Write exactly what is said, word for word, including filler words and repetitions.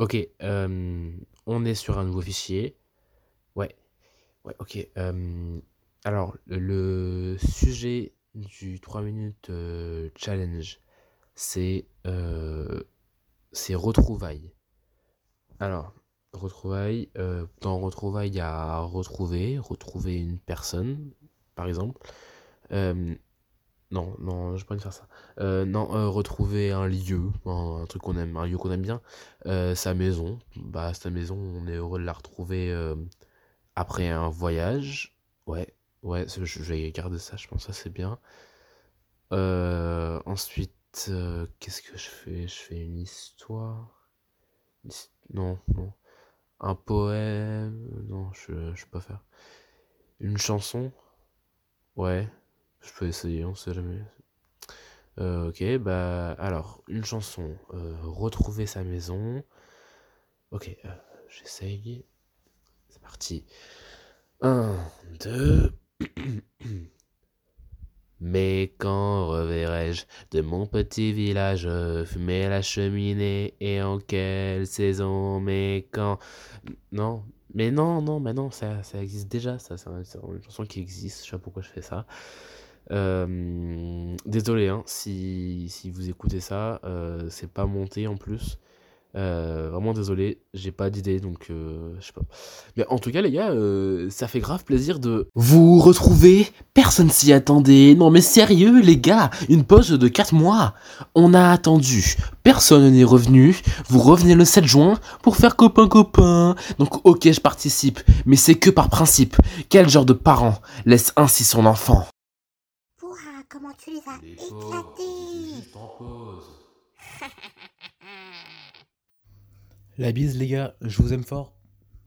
Ok, euh, on est sur un nouveau fichier. Ouais, ouais, ok. euh, alors, le sujet du trois minutes euh, challenge, c'est euh, c'est retrouvailles. Alors, retrouvailles, euh, dans retrouvailles, il y a retrouver, retrouver une personne, par exemple. Euh, non, non, je peux pas faire ça. Euh, non, euh, retrouver un lieu, un, un truc qu'on aime, un lieu qu'on aime bien. Euh, sa maison, bah sa maison, on est heureux de la retrouver euh, après un voyage. Ouais, ouais, je, je vais garder ça, je pense que ça c'est bien. Euh, ensuite, euh, qu'est-ce que je fais? Je fais une histoire. Une his- Non, non. Un poème? Non, je, je peux pas faire. Une chanson? Ouais, je peux essayer, on sait jamais. Euh, ok, bah alors, une chanson. Euh, retrouver sa maison. Ok, euh, j'essaye. C'est parti. Un, deux. Mais quand reverrai-je de mon petit village fumer à la cheminée et en quelle saison? Mais quand... Non, mais non, non, mais non, ça, ça existe déjà, ça, c'est un- c'est une chanson qui existe, je sais pas pourquoi je fais ça. Euh, désolé, hein, si, si vous écoutez ça, euh, c'est pas monté en plus. Euh, vraiment désolé, j'ai pas d'idée, donc euh, je sais pas. Mais en tout cas, les gars, euh, ça fait grave plaisir de vous retrouver. Personne s'y attendait. Non mais sérieux, les gars, une pause de quatre mois. On a attendu. Personne n'est revenu. Vous revenez le sept juin pour faire copain-copain. Donc ok, je participe, mais c'est que par principe. Quel genre de parent laisse ainsi son enfant? Pouah, comment tu les as Les pauvres, j'étais éclatés! juste en pause. La bise, les gars, je vous aime fort.